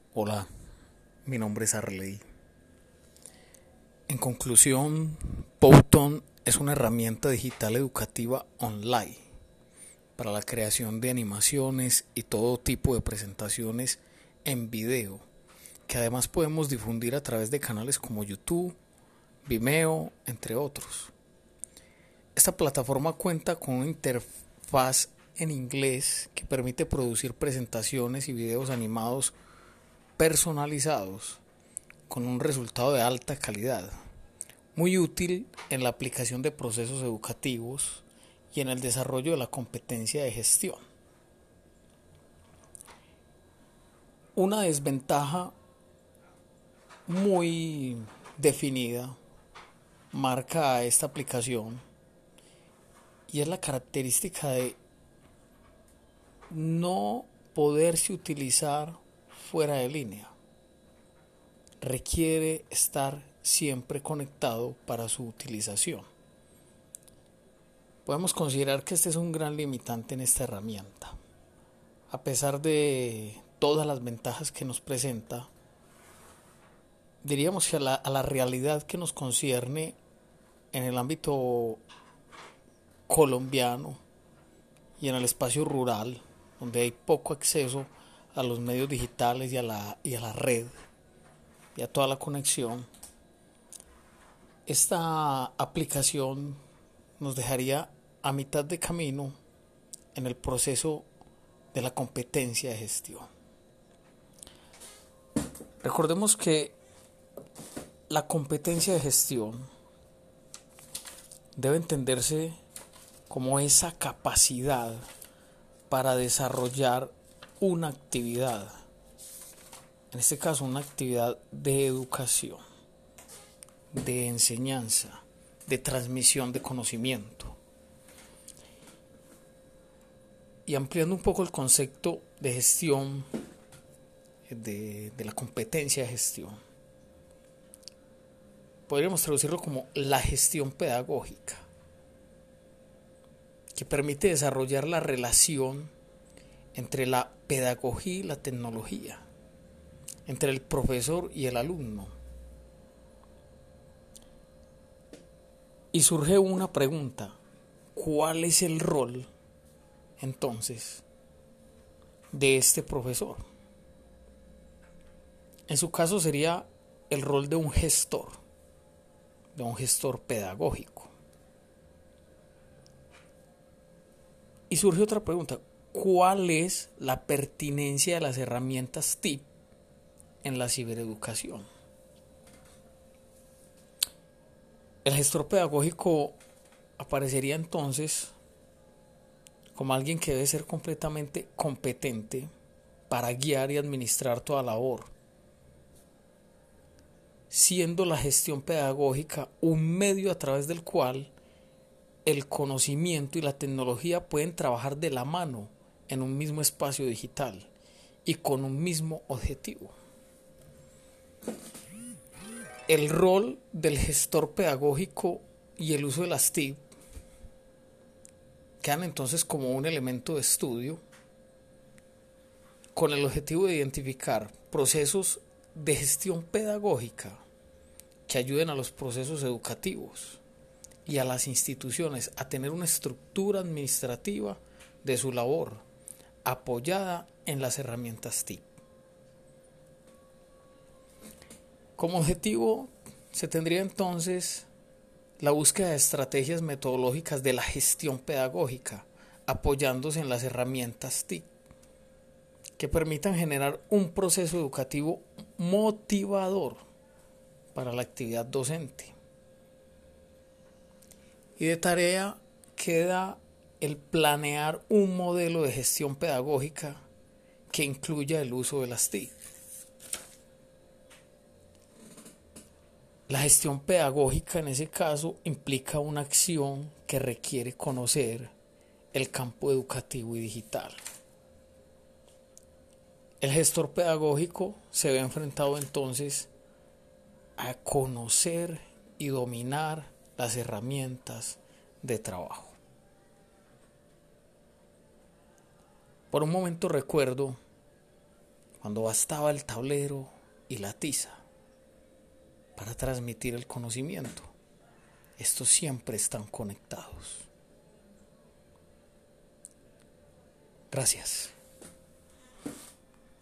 Hola, mi nombre es Arley. En conclusión, Powtoon es una herramienta digital educativa online para la creación de animaciones y todo tipo de presentaciones en video, que además podemos difundir a través de canales como YouTube, Vimeo, entre otros. Esta plataforma cuenta con una interfaz en inglés que permite producir presentaciones y videos animados personalizados con un resultado de alta calidad, muy útil en la aplicación de procesos educativos y en el desarrollo de la competencia de gestión. Una desventaja muy definida marca a esta aplicación y es la característica de no poderse utilizar fuera de línea. Requiere estar siempre conectado para su utilización. Podemos considerar que este es un gran limitante en esta herramienta. A pesar de todas las ventajas que nos presenta, diríamos que a la realidad que nos concierne en el ámbito colombiano y en el espacio rural, donde hay poco acceso a los medios digitales y a la red y a toda la conexión, esta aplicación nos dejaría a mitad de camino en el proceso de la competencia de gestión. Recordemos que la competencia de gestión debe entenderse como esa capacidad para desarrollar una actividad, en este caso una actividad de educación, de enseñanza, de transmisión de conocimiento. Y ampliando un poco el concepto de gestión, de la competencia de gestión, podríamos traducirlo como la gestión pedagógica, que permite desarrollar la relación entre la pedagogía y la tecnología, entre el profesor y el alumno. Y surge una pregunta: ¿cuál es el rol entonces de este profesor? En su caso sería el rol de un gestor pedagógico. Y surge otra pregunta: ¿cuál es la pertinencia de las herramientas TIC en la cibereducación? El gestor pedagógico aparecería entonces como alguien que debe ser completamente competente para guiar y administrar toda labor, siendo la gestión pedagógica un medio a través del cual el conocimiento y la tecnología pueden trabajar de la mano en un mismo espacio digital y con un mismo objetivo. El rol del gestor pedagógico y el uso de las TIC quedan entonces como un elemento de estudio con el objetivo de identificar procesos de gestión pedagógica que ayuden a los procesos educativos y a las instituciones a tener una estructura administrativa de su labor apoyada en las herramientas TIC. Como objetivo se tendría entonces la búsqueda de estrategias metodológicas de la gestión pedagógica apoyándose en las herramientas TIC que permitan generar un proceso educativo motivador para la actividad docente. Y de tarea queda el planear un modelo de gestión pedagógica que incluya el uso de las TIC. La gestión pedagógica en ese caso implica una acción que requiere conocer el campo educativo y digital. El gestor pedagógico se ve enfrentado entonces a conocer y dominar las herramientas de trabajo. Por un momento recuerdo cuando bastaba el tablero y la tiza para transmitir el conocimiento. Estos siempre están conectados. Gracias.